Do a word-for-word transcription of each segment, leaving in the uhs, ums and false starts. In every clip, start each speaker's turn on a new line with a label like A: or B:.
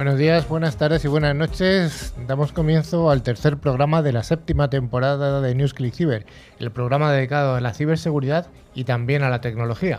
A: Buenos días, buenas tardes y buenas noches. Damos comienzo al tercer programa de la séptima temporada de NewsClick Cyber, el programa dedicado a la ciberseguridad y también a la tecnología.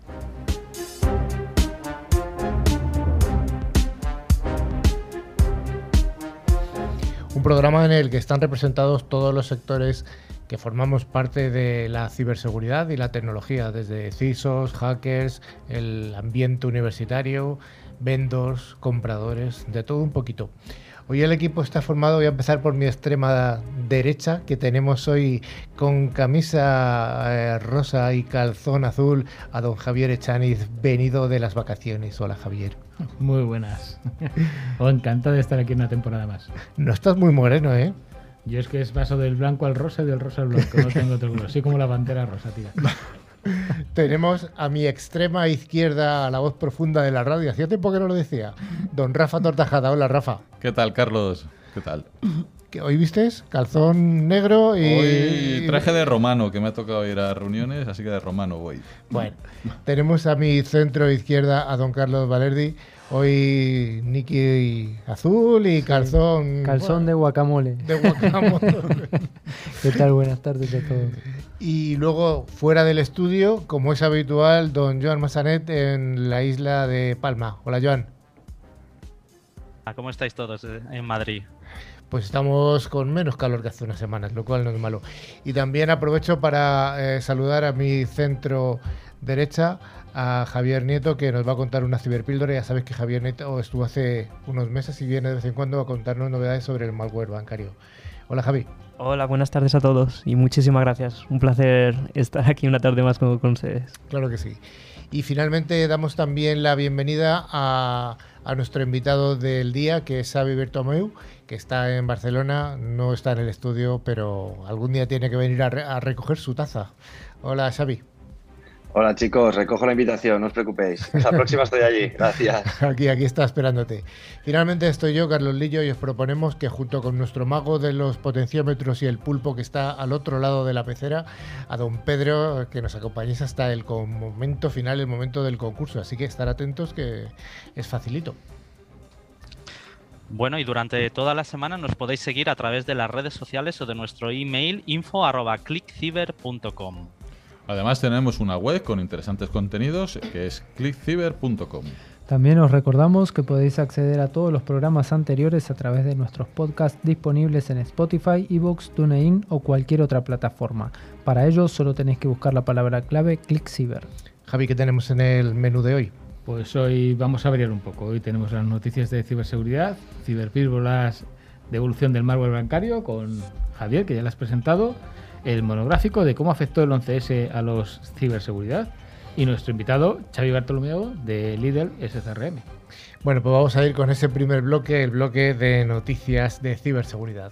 A: Un programa en el que están representados todos los sectores que formamos parte de la ciberseguridad y la tecnología, desde C I S Os, hackers, el ambiente universitario, vendors, compradores, de todo un poquito. Hoy el equipo está formado, voy a empezar por mi extrema derecha, que tenemos hoy con camisa eh, rosa y calzón azul a don Javier Echaniz, venido de las vacaciones. Hola, Javier.
B: Muy buenas. Oh, encantado de estar aquí una temporada más.
A: No estás muy moreno, ¿eh?
B: Yo es que es paso del blanco al rosa y del rosa al blanco, no tengo otro color. Así como la pantera rosa, tía.
A: Tenemos a mi extrema izquierda a la voz profunda de la radio. Hacía tiempo que no lo decía. Don Rafa Tortajada. Hola, Rafa.
C: ¿Qué tal, Carlos? ¿Qué tal?
A: ¿Qué, hoy vistes? Calzón negro y...
C: Hoy traje de romano, que me ha tocado ir a reuniones, así que de romano voy.
A: Bueno, tenemos a mi centro izquierda a don Carlos Valerdi. Hoy Niki azul y calzón...
D: Sí, calzón bueno, de guacamole.
A: De guacamole.
D: ¿Qué tal? Buenas tardes a todos.
A: Y luego, fuera del estudio, como es habitual, don Joan Massanet en la isla de Palma. Hola, Joan.
E: ¿Cómo estáis todos en Madrid?
A: Pues estamos con menos calor que hace unas semanas, lo cual no es malo. Y también aprovecho para eh, saludar a mi centro derecha, a Javier Nieto, que nos va a contar una ciberpíldora. Ya sabéis que Javier Nieto estuvo hace unos meses y viene de vez en cuando a contarnos novedades sobre el malware bancario. Hola, Javi.
F: Hola, buenas tardes a todos y muchísimas gracias. Un placer estar aquí una tarde más con, con ustedes.
A: Claro que sí. Y finalmente damos también la bienvenida a, a nuestro invitado del día, que es Xavi Bertomeu, que está en Barcelona, no está en el estudio, pero algún día tiene que venir a, re, a recoger su taza. Hola, Xavi.
G: Hola chicos, recojo la invitación, no os preocupéis. La próxima estoy allí, gracias.
A: Aquí, aquí está esperándote. Finalmente estoy yo, Carlos Lillo, y os proponemos que junto con nuestro mago de los potenciómetros y el pulpo que está al otro lado de la pecera, a don Pedro, que nos acompañéis hasta el momento final, el momento del concurso. Así que estar atentos, que es facilito.
E: Bueno, y durante toda la semana nos podéis seguir a través de las redes sociales o de nuestro email info arroba clickciber punto com.
C: Además tenemos una web con interesantes contenidos que es clickciber punto com.
D: También os recordamos que podéis acceder a todos los programas anteriores a través de nuestros podcasts disponibles en Spotify, iVoox, TuneIn o cualquier otra plataforma. Para ello solo tenéis que buscar la palabra clave ClickCiber.
A: Javi, ¿qué tenemos en el menú de hoy?
B: Pues hoy vamos a variar un poco. Hoy tenemos las noticias de ciberseguridad, ciberpíldoras de evolución del malware bancario con Javier, que ya lo has presentado, el monográfico de cómo afectó el once ese a los ciberseguridad y nuestro invitado Xavi Bartolomeu de Lidl S C R M.
A: Bueno, pues vamos a ir con ese primer bloque, el bloque de noticias de ciberseguridad.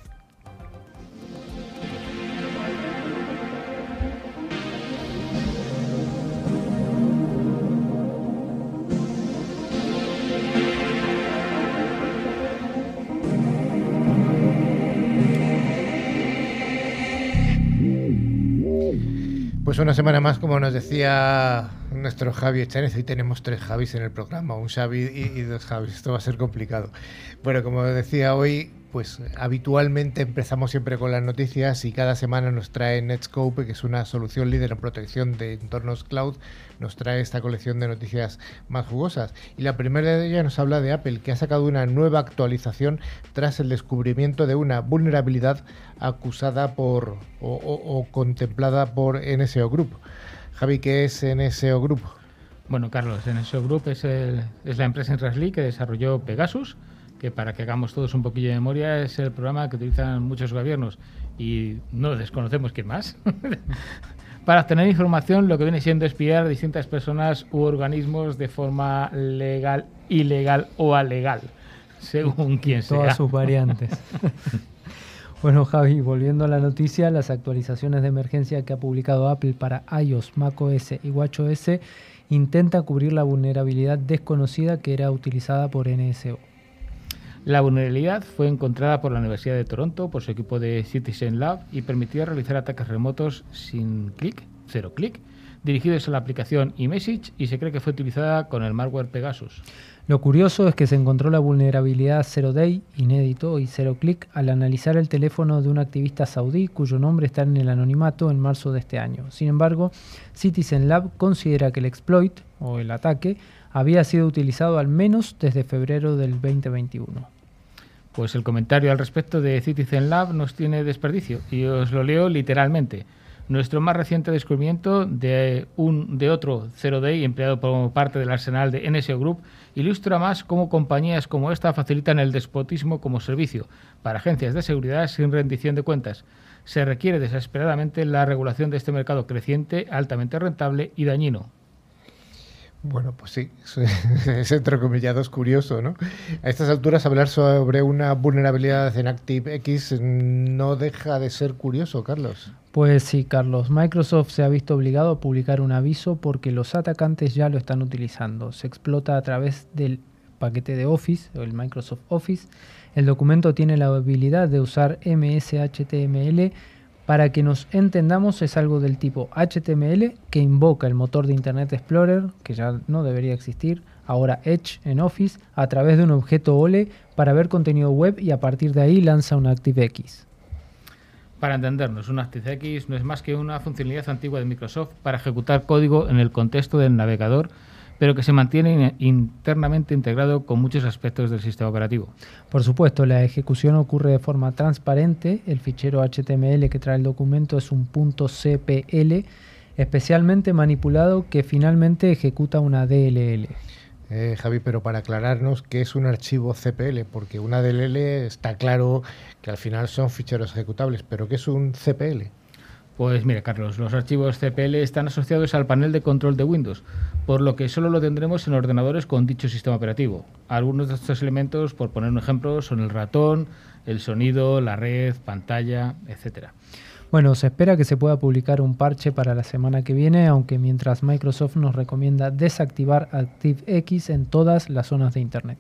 A: Pues una semana más, como nos decía nuestro Javi Echaniz, hoy tenemos tres Javis en el programa, un Xavi y, y dos Javis, esto va a ser complicado. Bueno, como decía hoy, pues habitualmente empezamos siempre con las noticias y cada semana nos trae Netscope, que es una solución líder en protección de entornos cloud, nos trae esta colección de noticias más jugosas. Y la primera de ellas nos habla de Apple, que ha sacado una nueva actualización tras el descubrimiento de una vulnerabilidad acusada por o, o, o contemplada por N S O Group. Javi, ¿qué es N S O Group?
B: Bueno, Carlos, N S O Group es, el, es la empresa israelí que desarrolló Pegasus, que para que hagamos todos un poquillo de memoria es el programa que utilizan muchos gobiernos y no desconocemos quién más, para obtener información, lo que viene siendo espiar a distintas personas u organismos de forma legal, ilegal o alegal, según quien sea.
D: Todas sus variantes. Bueno, Javi, volviendo a la noticia, las actualizaciones de emergencia que ha publicado Apple para iOS, macOS y watchOS intentan cubrir la vulnerabilidad desconocida que era utilizada por N S O.
B: La vulnerabilidad fue encontrada por la Universidad de Toronto por su equipo de Citizen Lab y permitía realizar ataques remotos sin clic, cero clic, dirigidos a la aplicación eMessage, y se cree que fue utilizada con el malware Pegasus.
D: Lo curioso es que se encontró la vulnerabilidad Zero Day, inédito, y Zero Click al analizar el teléfono de un activista saudí cuyo nombre está en el anonimato en marzo de este año. Sin embargo, Citizen Lab considera que el exploit, o el ataque, había sido utilizado al menos desde febrero del veinte veintiuno.
B: Pues el comentario al respecto de Citizen Lab nos tiene desperdicio, y os lo leo literalmente. Nuestro más reciente descubrimiento de, un, de otro Zero Day empleado por parte del arsenal de N S O Group ilustra más cómo compañías como esta facilitan el despotismo como servicio para agencias de seguridad sin rendición de cuentas. Se requiere desesperadamente la regulación de este mercado creciente, altamente rentable y dañino.
A: Bueno, pues sí, es entrecomillado, es curioso, ¿no? A estas alturas hablar sobre una vulnerabilidad en ActiveX no deja de ser curioso, Carlos.
D: Pues sí, Carlos. Microsoft se ha visto obligado a publicar un aviso porque los atacantes ya lo están utilizando. Se explota a través del paquete de Office, o el Microsoft Office. El documento tiene la habilidad de usar M S H T M L. Para que nos entendamos, es algo del tipo H T M L que invoca el motor de Internet Explorer, que ya no debería existir, ahora Edge en Office, a través de un objeto O L E para ver contenido web y a partir de ahí lanza un ActiveX.
B: Para entendernos, un ActiveX no es más que una funcionalidad antigua de Microsoft para ejecutar código en el contexto del navegador, pero que se mantiene internamente integrado con muchos aspectos del sistema operativo.
D: Por supuesto, la ejecución ocurre de forma transparente. El fichero H T M L que trae el documento es un .cpl especialmente manipulado que finalmente ejecuta una D L L.
A: Eh, Javi, pero para aclararnos, ¿qué es un archivo C P L? Porque una D L L está claro que al final son ficheros ejecutables, pero ¿qué es un C P L?
B: Pues mira, Carlos, los archivos C P L están asociados al panel de control de Windows, por lo que solo lo tendremos en ordenadores con dicho sistema operativo. Algunos de estos elementos, por poner un ejemplo, son el ratón, el sonido, la red, pantalla, etcétera.
D: Bueno, se espera que se pueda publicar un parche para la semana que viene, aunque mientras Microsoft nos recomienda desactivar ActiveX en todas las zonas de Internet.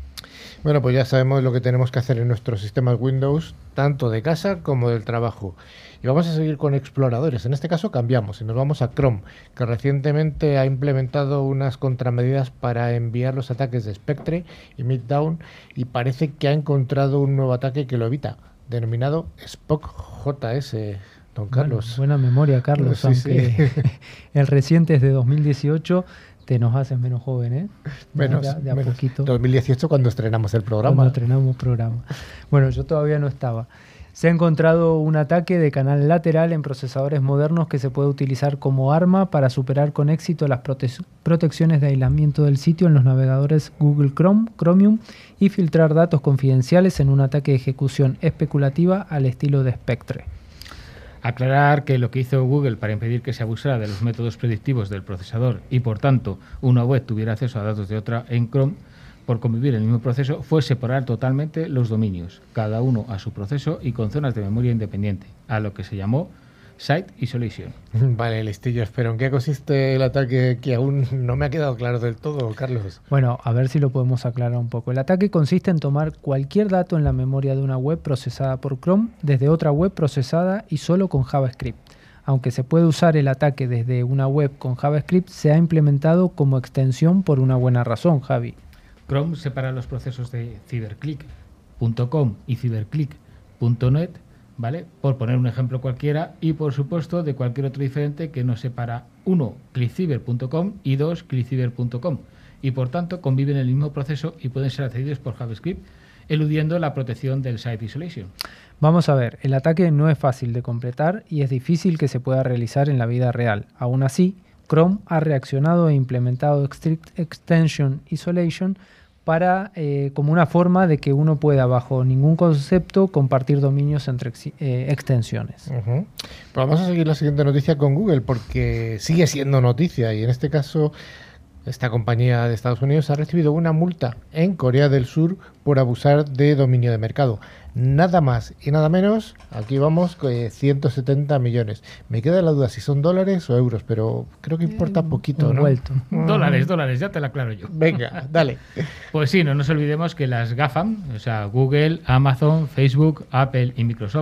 A: Bueno, pues ya sabemos lo que tenemos que hacer en nuestros sistemas Windows, tanto de casa como del trabajo. Y vamos a seguir con exploradores. En este caso cambiamos y nos vamos a Chrome, que recientemente ha implementado unas contramedidas para enviar los ataques de Spectre y Meltdown, y parece que ha encontrado un nuevo ataque que lo evita, denominado Spock J S. Don Carlos.
D: Bueno, buena memoria, Carlos,
A: Sí,
D: aunque
A: sí.
D: el reciente es de dos mil dieciocho. Te nos haces menos joven, ¿eh?
A: Menos,
D: de, de a
A: menos.
D: poquito.
A: dos mil dieciocho cuando estrenamos el programa.
D: Cuando estrenamos programa. Bueno, yo todavía no estaba. Se ha encontrado un ataque de canal lateral en procesadores modernos que se puede utilizar como arma para superar con éxito las prote- protecciones de aislamiento del sitio en los navegadores Google Chrome, Chromium y filtrar datos confidenciales en un ataque de ejecución especulativa al estilo de Spectre.
B: Aclarar que lo que hizo Google para impedir que se abusara de los métodos predictivos del procesador y, por tanto, una web tuviera acceso a datos de otra en Chrome por convivir en el mismo proceso fue separar totalmente los dominios, cada uno a su proceso y con zonas de memoria independiente, a lo que se llamó Site Isolation.
A: Vale, listillos, pero ¿en qué consiste el ataque que aún no me ha quedado claro del todo, Carlos?
D: Bueno, a ver si lo podemos aclarar un poco. El ataque consiste en tomar cualquier dato en la memoria de una web procesada por Chrome desde otra web procesada y solo con JavaScript. Aunque se puede usar el ataque desde una web con JavaScript, se ha implementado como extensión por una buena razón, Javi.
B: Chrome separa los procesos de cyberclick punto com y cyberclick punto net, ¿vale? Por poner un ejemplo cualquiera, y por supuesto de cualquier otro diferente que no separa uno, clickcyber punto com y dos, clickcyber punto com, y por tanto conviven en el mismo proceso y pueden ser accedidos por JavaScript, eludiendo la protección del Site Isolation.
D: Vamos a ver, el ataque no es fácil de completar y es difícil que se pueda realizar en la vida real. Aún así, Chrome ha reaccionado e implementado Strict Extension Isolation para eh, como una forma de que uno pueda, bajo ningún concepto, compartir dominios entre ex eh, extensiones.
A: Uh-huh. Pues vamos a seguir la siguiente noticia con Google, porque sigue siendo noticia, y en este caso esta compañía de Estados Unidos ha recibido una multa en Corea del Sur por abusar de dominio de mercado. Nada más y nada menos, aquí vamos, eh, ciento setenta millones. Me queda la duda si son dólares o euros, pero creo que importa poquito, ¿no?
D: Vuelto.
A: Mm.
B: Dólares, dólares, ya te lo aclaro yo.
A: Venga, dale.
B: Pues sí, no nos olvidemos que las GAFAM, o sea, Google, Amazon, Facebook, Apple y Microsoft,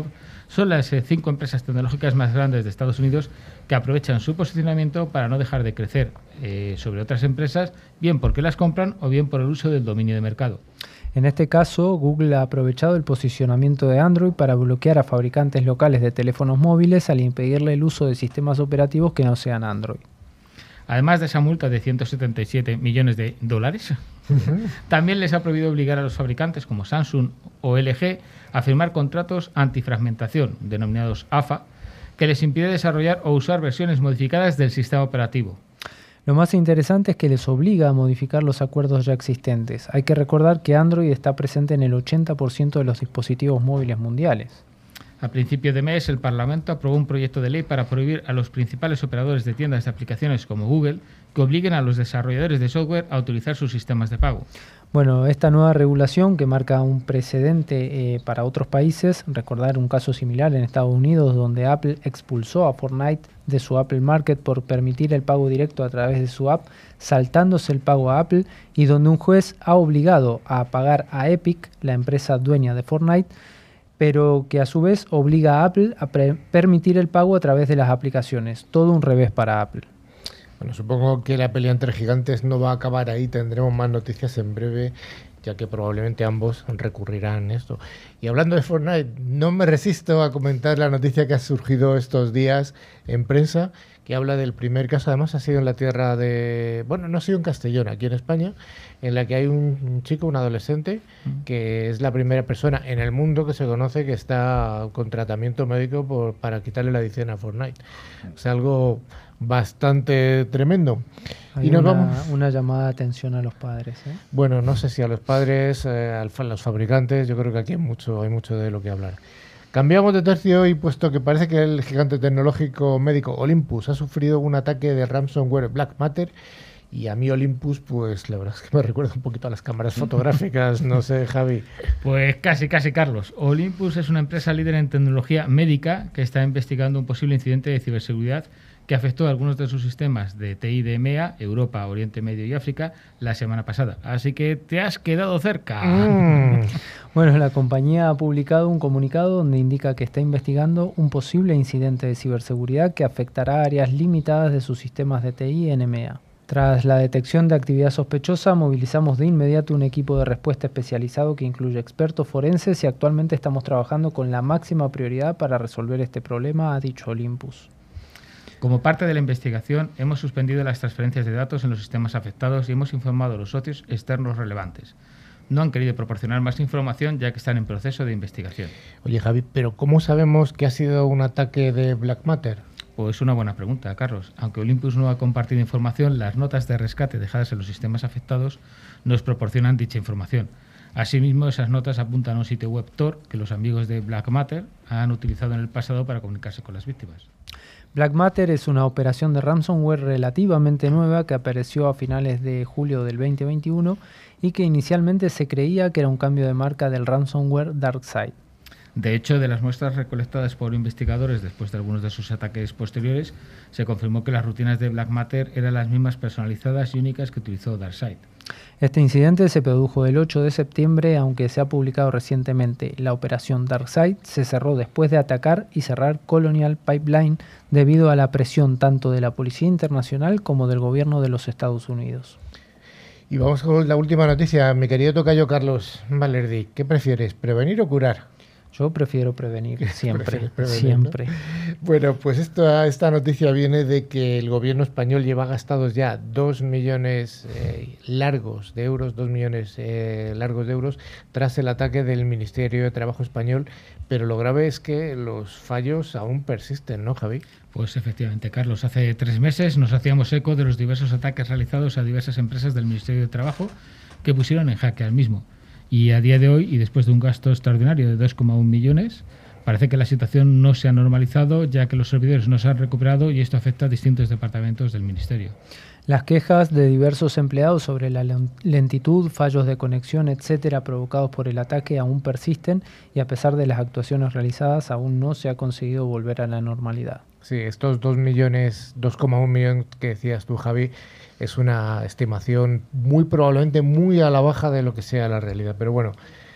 B: son las eh, cinco empresas tecnológicas más grandes de Estados Unidos que aprovechan su posicionamiento para no dejar de crecer eh, sobre otras empresas, bien porque las compran o bien por el uso del dominio de mercado.
D: En este caso, Google ha aprovechado el posicionamiento de Android para bloquear a fabricantes locales de teléfonos móviles al impedirle el uso de sistemas operativos que no sean Android.
B: Además de esa multa de ciento setenta y siete millones de dólares, uh-huh. también les ha prohibido obligar a los fabricantes como Samsung o L G a firmar contratos antifragmentación, denominados A F A, que les impide desarrollar o usar versiones modificadas del sistema operativo.
D: Lo más interesante es que les obliga a modificar los acuerdos ya existentes. Hay que recordar que Android está presente en el ochenta por ciento de los dispositivos móviles mundiales.
B: A principio de mes, el Parlamento aprobó un proyecto de ley para prohibir a los principales operadores de tiendas de aplicaciones como Google que obliguen a los desarrolladores de software a utilizar sus sistemas de pago.
D: Bueno, esta nueva regulación que marca un precedente eh, para otros países, recordar un caso similar en Estados Unidos donde Apple expulsó a Fortnite de su Apple Market por permitir el pago directo a través de su app, saltándose el pago a Apple, y donde un juez ha obligado a pagar a Epic, la empresa dueña de Fortnite, pero que a su vez obliga a Apple a permitir el pago a través de las aplicaciones. Todo un revés para Apple.
A: Bueno, supongo que la pelea entre gigantes no va a acabar ahí, tendremos más noticias en breve, ya que probablemente ambos recurrirán a esto. Y hablando de Fortnite, no me resisto a comentar la noticia que ha surgido estos días en prensa, que habla del primer caso, además ha sido en la tierra de... Bueno, no ha sido en Castellón, aquí en España, en la que hay un, un chico, un adolescente, que es la primera persona en el mundo que se conoce que está con tratamiento médico por, para quitarle la adicción a Fortnite. Es algo bastante tremendo.
D: Hay
A: y nos
D: una,
A: vamos...
D: una llamada de atención a los padres, ¿eh?
A: Bueno, no sé si a los padres, eh, a los fabricantes, yo creo que aquí hay mucho, hay mucho de lo que hablar. Cambiamos de tercio y puesto que parece que el gigante tecnológico médico Olympus ha sufrido un ataque de ransomware Black Matter, y a mí Olympus, pues la verdad es que me recuerda un poquito a las cámaras fotográficas, no sé, Javi.
B: Pues casi, casi, Carlos. Olympus es una empresa líder en tecnología médica que está investigando un posible incidente de ciberseguridad que afectó a algunos de sus sistemas de T I de E M E A, Europa, Oriente Medio y África, la semana pasada. Así que te has quedado cerca.
D: Mm. Bueno, la compañía ha publicado un comunicado donde indica que está investigando un posible incidente de ciberseguridad que afectará áreas limitadas de sus sistemas de T I en E M E A. Tras la detección de actividad sospechosa, movilizamos de inmediato un equipo de respuesta especializado que incluye expertos forenses y actualmente estamos trabajando con la máxima prioridad para resolver este problema, ha dicho Olympus.
B: Como parte de la investigación, hemos suspendido las transferencias de datos en los sistemas afectados y hemos informado a los socios externos relevantes. No han querido proporcionar más información ya que están en proceso de investigación.
A: Oye, Javi, ¿pero cómo sabemos que ha sido un ataque de Black Matter?
B: Pues una buena pregunta, Carlos. Aunque Olympus no ha compartido información, las notas de rescate dejadas en los sistemas afectados nos proporcionan dicha información. Asimismo, esas notas apuntan a un sitio web Tor que los amigos de Black Matter han utilizado en el pasado para comunicarse con las víctimas.
D: Black Matter es una operación de ransomware relativamente nueva que apareció a finales de julio del veinte veintiuno y que inicialmente se creía que era un cambio de marca del ransomware DarkSide.
B: De hecho, de las muestras recolectadas por investigadores después de algunos de sus ataques posteriores, se confirmó que las rutinas de Black Matter eran las mismas personalizadas y únicas que utilizó DarkSide.
D: Este incidente se produjo el ocho de septiembre, aunque se ha publicado recientemente. La operación DarkSide se cerró después de atacar y cerrar Colonial Pipeline debido a la presión tanto de la Policía Internacional como del gobierno de los Estados Unidos.
A: Y vamos con la última noticia. Mi querido tocayo Carlos Valerdi, ¿qué prefieres, prevenir o curar?
D: Yo prefiero prevenir siempre,
A: prevenir,
D: siempre.
A: ¿no? Bueno, pues esto, esta noticia viene de que el gobierno español lleva gastados ya dos millones eh, largos de euros, dos millones eh, largos de euros tras el ataque del Ministerio de Trabajo español, pero lo grave es que los fallos aún persisten, ¿no, Javi?
B: Pues efectivamente, Carlos. Hace tres meses nos hacíamos eco de los diversos ataques realizados a diversas empresas del Ministerio de Trabajo que pusieron en jaque al mismo. Y a día de hoy, y después de un gasto extraordinario de dos coma uno millones, parece que la situación no se ha normalizado, ya que los servidores no se han recuperado y esto afecta a distintos departamentos del Ministerio.
D: Las quejas de diversos empleados sobre la lentitud, fallos de conexión, etcétera, provocados por el ataque aún persisten y a pesar de las actuaciones realizadas aún no se ha conseguido volver a la normalidad.
A: Sí, estos dos millones, dos coma uno millones que decías tú, Javi, es una estimación muy probablemente muy a la baja de lo que sea la realidad. Pero bueno,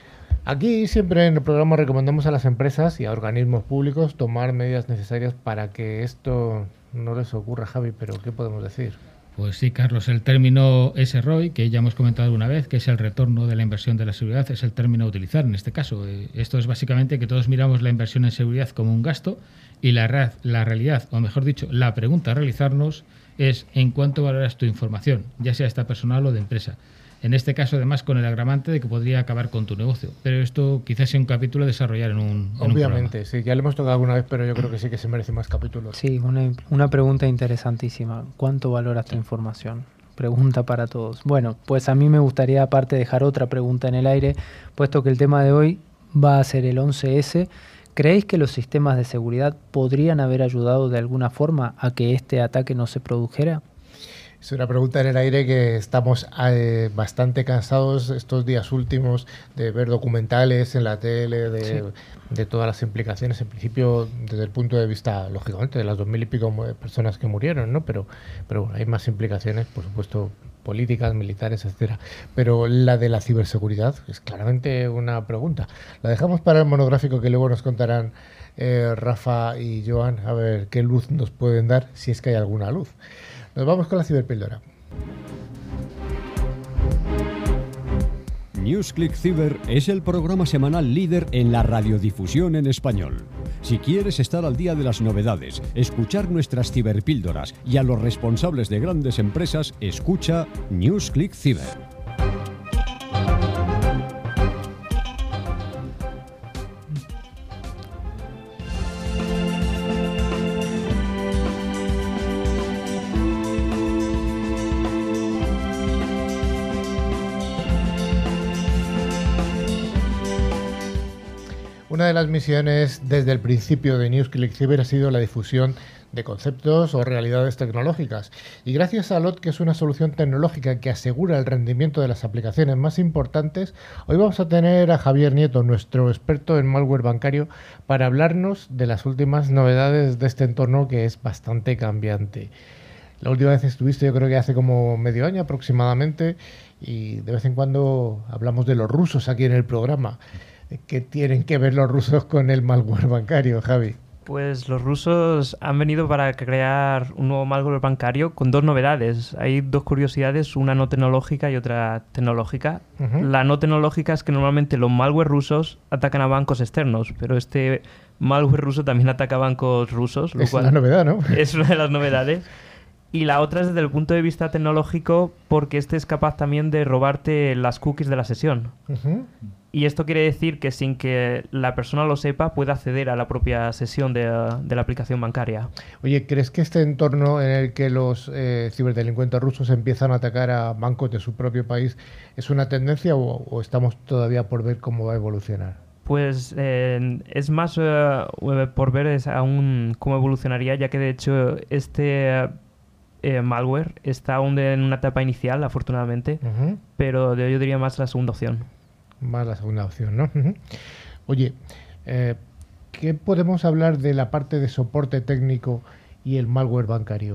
A: Aquí siempre en el programa recomendamos a las empresas y a organismos públicos tomar medidas necesarias para que esto no les ocurra, Javi, pero ¿qué podemos decir?
B: Pues sí, Carlos, el término S R O I, que ya hemos comentado alguna vez, que es el retorno de la inversión de la seguridad, es el término a utilizar en este caso. Esto es básicamente que todos miramos la inversión en seguridad como un gasto y la, la realidad, o mejor dicho, la pregunta a realizarnos es ¿en cuánto valoras tu información, ya sea esta personal o de empresa? En este caso, además, con el agravante de que podría acabar con tu negocio. Pero esto quizás sea un capítulo a desarrollar en un en
A: Obviamente,
B: un
A: sí, ya lo hemos tocado alguna vez, pero yo creo que sí que se merece más capítulos.
D: Sí, una, una pregunta interesantísima. ¿Cuánto valoras tu información? Pregunta para todos. Bueno, pues a mí me gustaría aparte dejar otra pregunta en el aire, puesto que el tema de hoy va a ser el once ese. ¿Creéis que los sistemas de seguridad podrían haber ayudado de alguna forma a que este ataque no se produjera?
A: Es una pregunta en el aire que estamos eh, bastante cansados estos días últimos de ver documentales en la tele, de, sí. de todas las implicaciones, en principio desde el punto de vista, lógicamente, de las dos mil y pico personas que murieron, ¿no? Pero, pero bueno, hay más implicaciones, por supuesto, políticas, militares, etcétera. Pero la de la ciberseguridad es claramente una pregunta. La dejamos para el monográfico que luego nos contarán eh, Rafa y Joan, a ver qué luz nos pueden dar, si es que hay alguna luz. Nos vamos con la ciberpíldora.
H: NewsClick Cyber es el programa semanal líder en la radiodifusión en español. Si quieres estar al día de las novedades, escuchar nuestras ciberpíldoras y a los responsables de grandes empresas, escucha NewsClick Cyber.
A: Una de las misiones desde el principio de NewsClick Cyber ha sido la difusión de conceptos o realidades tecnológicas. Y gracias a L O T, que es una solución tecnológica que asegura el rendimiento de las aplicaciones más importantes, hoy vamos a tener a Javier Nieto, nuestro experto en malware bancario, para hablarnos de las últimas novedades de este entorno que es bastante cambiante. La última vez estuviste, yo creo que hace como medio año aproximadamente, y de vez en cuando hablamos de los rusos aquí en el programa. ¿Qué tienen que ver los rusos con el malware bancario, Javi?
F: Pues los rusos han venido para crear un nuevo malware bancario con dos novedades. Hay dos curiosidades, una no tecnológica y otra tecnológica. Uh-huh. La no tecnológica es que normalmente los malware rusos atacan a bancos externos, pero este malware ruso también ataca a bancos rusos. Lo
A: es
F: cual
A: la novedad, ¿no?
F: Es una de las novedades. Y la otra es desde el punto de vista tecnológico, porque este es capaz también de robarte las cookies de la sesión. Uh-huh. Y esto quiere decir que sin que la persona lo sepa, puede acceder a la propia sesión de, de la aplicación bancaria.
A: Oye, ¿crees que este entorno en el que los eh, ciberdelincuentes rusos empiezan a atacar a bancos de su propio país es una tendencia o, o estamos todavía por ver cómo va a evolucionar?
F: Pues eh, es más eh, por ver es aún cómo evolucionaría, ya que de hecho este eh, malware está aún en una etapa inicial, afortunadamente, uh-huh. pero yo diría más la segunda opción.
A: Más la segunda opción, ¿no? Uh-huh. Oye, eh, ¿qué podemos hablar de la parte de soporte técnico y el malware bancario?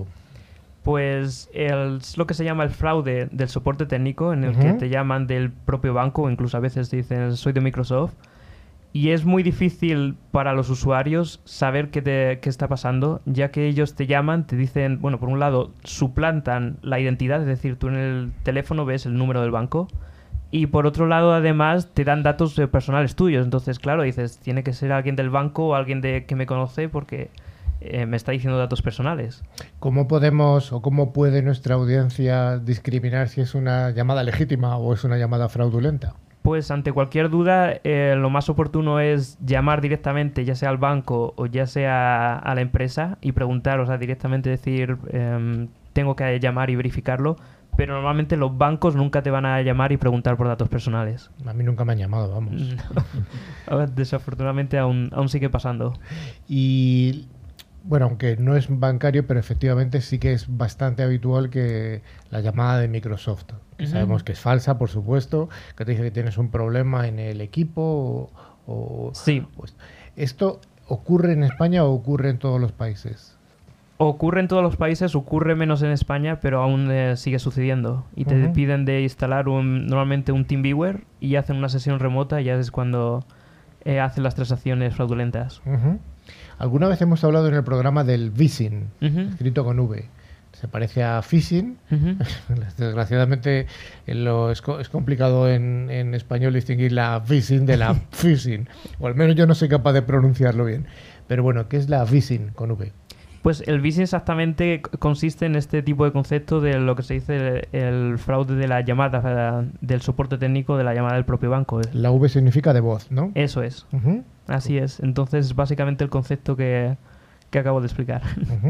F: Pues el, es lo que se llama el fraude del soporte técnico, en el uh-huh. que te llaman del propio banco, o incluso a veces te dicen soy de Microsoft, y es muy difícil para los usuarios saber qué, te, qué está pasando, ya que ellos te llaman, te dicen, bueno, por un lado, suplantan la identidad, es decir, tú en el teléfono ves el número del banco, y por otro lado, además, te dan datos eh, personales tuyos. Entonces, claro, dices, tiene que ser alguien del banco o alguien de, que me conoce porque eh, me está diciendo datos personales.
A: ¿Cómo podemos o cómo puede nuestra audiencia discriminar si es una llamada legítima o es una llamada fraudulenta?
F: Pues ante cualquier duda, eh, lo más oportuno es llamar directamente, ya sea al banco o ya sea a la empresa, y preguntar, o sea, directamente decir, eh, tengo que llamar y verificarlo. Pero normalmente los bancos nunca te van a llamar y preguntar por datos personales.
A: A mí nunca me han llamado, vamos.
F: No. Desafortunadamente aún, aún sigue pasando.
A: Y bueno, aunque no es bancario, pero efectivamente sí que es bastante habitual que la llamada de Microsoft, que uh-huh. sabemos que es falsa, por supuesto, que te dice que tienes un problema en el equipo o...
F: Sí.
A: Pues, ¿esto ocurre en España o ocurre en todos los países?
F: Ocurre en todos los países, ocurre menos en España, pero aún eh, sigue sucediendo. Y te
A: Ujú.
F: piden de instalar un, normalmente un TeamViewer y hacen una sesión remota y ya es cuando eh, hacen las transacciones fraudulentas.
A: Ujú. Alguna vez hemos hablado en el programa del phishing,
F: Ujú,
A: escrito con V. Se parece a phishing.
F: ujú.
A: Desgraciadamente eh, lo es, co- es complicado en, en español distinguir la phishing de la phishing. O al menos yo no soy capaz de pronunciarlo bien. Pero bueno, ¿qué es la phishing con V?
F: Pues el phishing exactamente c- consiste en este tipo de concepto de lo que se dice el, el fraude de la llamada, eh, del soporte técnico de la llamada del propio banco.
A: La V significa de voz, ¿no?
F: Eso es,
A: Ujú,
F: así es. Entonces, básicamente el concepto que, que acabo de explicar.
A: ujú.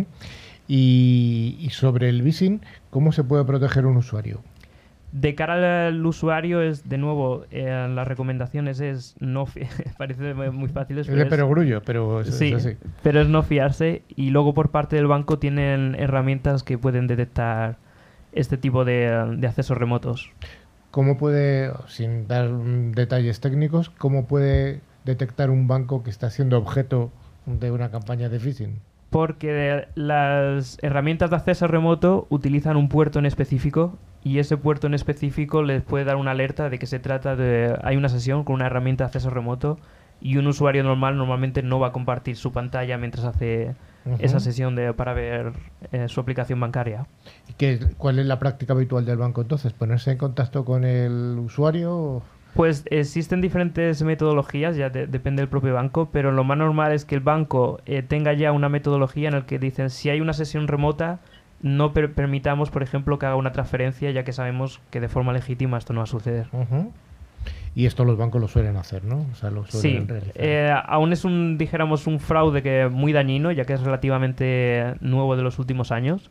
A: Y, y sobre el phishing, ¿cómo se puede proteger un usuario?
F: De cara al, al usuario, es de nuevo, eh, las recomendaciones es no fi- parece muy muy fácil,
A: Es de perogrullo, pero es,
F: sí,
A: es así.
F: pero es no fiarse. Y luego por parte del banco tienen herramientas que pueden detectar este tipo de, de accesos remotos.
A: ¿Cómo puede, sin dar mm, detalles técnicos, cómo puede detectar un banco que está siendo objeto de una campaña de phishing?
F: Porque las herramientas de acceso remoto utilizan un puerto en específico y ese puerto en específico les puede dar una alerta de que se trata de... Hay una sesión con una herramienta de acceso remoto y un usuario normal normalmente no va a compartir su pantalla mientras hace
A: Ujú.
F: esa sesión de, para ver eh, su aplicación bancaria.
A: ¿Y qué, cuál es la práctica habitual del banco entonces? ¿Ponerse en contacto con el usuario?
F: Pues existen diferentes metodologías, ya de- depende del propio banco, pero lo más normal es que el banco eh, tenga ya una metodología en la que dicen si hay una sesión remota, no per- permitamos, por ejemplo, que haga una transferencia, ya que sabemos que de forma legítima esto no va a suceder.
A: Ujú. Y esto los bancos lo suelen hacer, ¿no? O sea, lo
F: Sí,
A: suelen realizar.
F: eh, aún es un, dijéramos, un fraude que muy dañino, ya que es relativamente nuevo de los últimos años,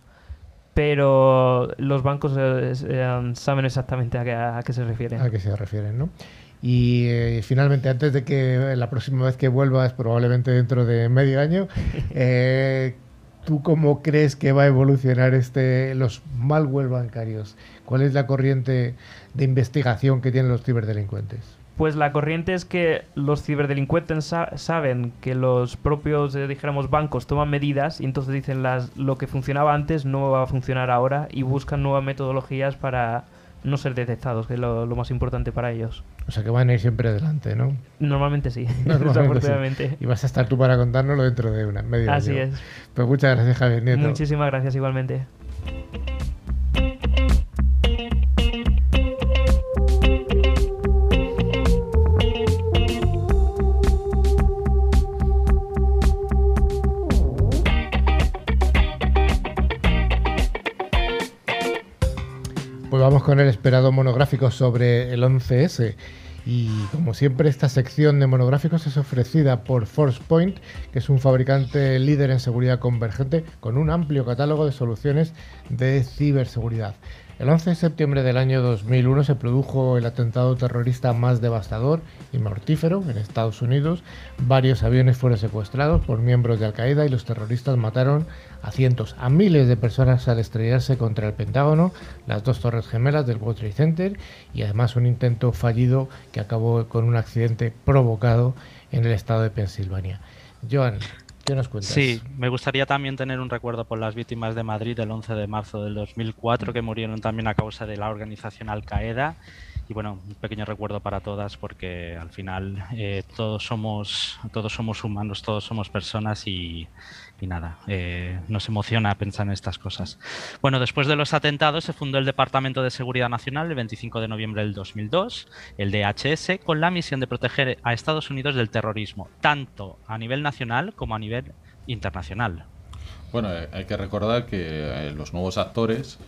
F: pero los bancos eh, es- eh, saben exactamente a qué, a qué se refiere.
A: A qué se refieren, ¿no? Y eh, finalmente, antes de que la próxima vez que vuelvas, probablemente dentro de medio año, eh, ¿tú cómo crees que va a evolucionar este los malware bancarios? ¿Cuál es la corriente de investigación que tienen los ciberdelincuentes?
F: Pues la corriente es que los ciberdelincuentes sa- saben que los propios, eh, dijéramos, bancos toman medidas y entonces dicen las, lo que funcionaba antes no va a funcionar ahora y buscan nuevas metodologías para no ser detectados, que es lo, lo más importante para ellos.
A: O sea, que van a ir siempre adelante, ¿no?
F: Normalmente sí,
A: Normalmente
F: desafortunadamente.
A: sí. Y vas a estar tú para contárnoslo dentro de una media
F: Así
A: año.
F: es.
A: Pues muchas gracias, Javier Nieto.
F: Muchísimas gracias igualmente.
A: Pues vamos con el esperado monográfico sobre el once ese. Y como siempre, esta sección de monográficos es ofrecida por ForcePoint, que es un fabricante líder en seguridad convergente con un amplio catálogo de soluciones de ciberseguridad. El once de septiembre del año dos mil uno se produjo el atentado terrorista más devastador y mortífero en Estados Unidos. Varios aviones fueron secuestrados por miembros de Al-Qaeda y los terroristas mataron a cientos, a miles de personas al estrellarse contra el Pentágono, las dos torres gemelas del World Trade Center y además un intento fallido que acabó con un accidente provocado en el estado de Pensilvania. Joan, ¿qué nos cuentas?
E: Sí, me gustaría también tener un recuerdo por las víctimas de Madrid el once de marzo del dos mil cuatro, que murieron también a causa de la organización Al-Qaeda. Y bueno, un pequeño recuerdo para todas, porque al final eh, todos somos todos somos humanos, todos somos personas y, y nada, eh, nos emociona pensar en estas cosas. Bueno, después de los atentados se fundó el Departamento de Seguridad Nacional el veinticinco de noviembre del dos mil dos, el D H S, con la misión de proteger a Estados Unidos del terrorismo, tanto a nivel nacional como a nivel internacional.
C: Bueno, eh, hay que recordar que eh, los nuevos actores,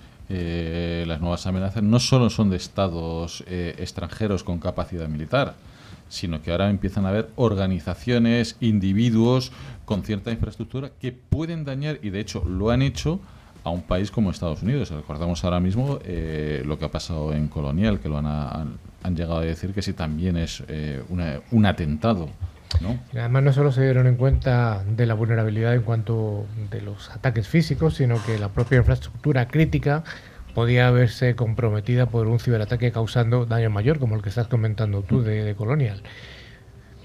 C: eh, las nuevas amenazas, no solo son de estados eh, extranjeros con capacidad militar, sino que ahora empiezan a haber organizaciones, individuos con cierta infraestructura que pueden dañar, y de hecho lo han hecho, a un país como Estados Unidos. Recordamos ahora mismo eh, lo que ha pasado en Colonial, que lo han, han, han llegado a decir que sí también es eh, una, un atentado, ¿no?
A: Y además no solo se dieron en cuenta de la vulnerabilidad en cuanto de los ataques físicos, sino que la propia infraestructura crítica podía verse comprometida por un ciberataque causando daño mayor, como el que estás comentando tú de, de Colonial.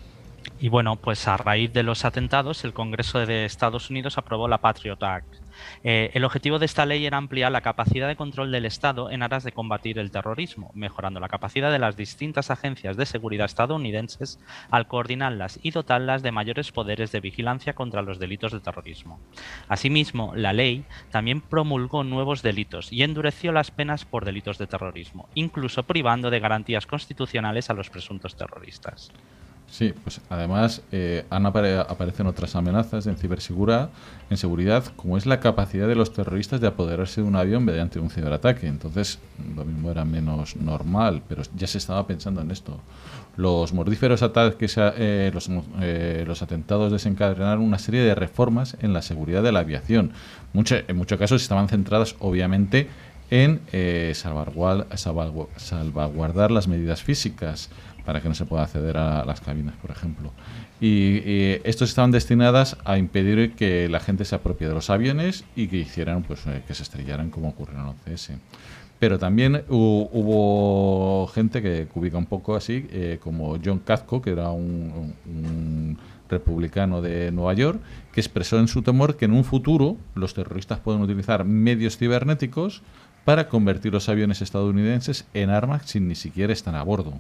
E: Y bueno, pues a raíz de los atentados, el Congreso de Estados Unidos aprobó la Patriot Act. Eh, el objetivo de esta ley era ampliar la capacidad de control del Estado en aras de combatir el terrorismo, mejorando la capacidad de las distintas agencias de seguridad estadounidenses al coordinarlas y dotarlas de mayores poderes de vigilancia contra los delitos de terrorismo. Asimismo, la ley también promulgó nuevos delitos y endureció las penas por delitos de terrorismo, incluso privando de garantías constitucionales a los presuntos terroristas.
C: Sí, pues además eh, han apare aparecen otras amenazas en ciberseguridad, en seguridad, como es la capacidad de los terroristas de apoderarse de un avión mediante un ciberataque. Entonces, lo mismo era menos normal, pero ya se estaba pensando en esto. Los mortíferos ataques, eh, los, eh, los atentados desencadenaron una serie de reformas en la seguridad de la aviación. Mucho, en muchos casos estaban centradas, obviamente, en eh, salvaguardar, salvaguardar las medidas físicas para que no se pueda acceder a las cabinas, por ejemplo. Y, y estos estaban destinadas a impedir que la gente se apropie de los aviones y que hicieran, pues, eh, que se estrellaran, como ocurrió en el once ese. Pero también hubo, hubo gente que, que ubica un poco así, eh, como John Katko, que era un, un, un republicano de Nueva York, que expresó en su temor que en un futuro los terroristas pueden utilizar medios cibernéticos para convertir los aviones estadounidenses en armas sin ni siquiera estar a bordo.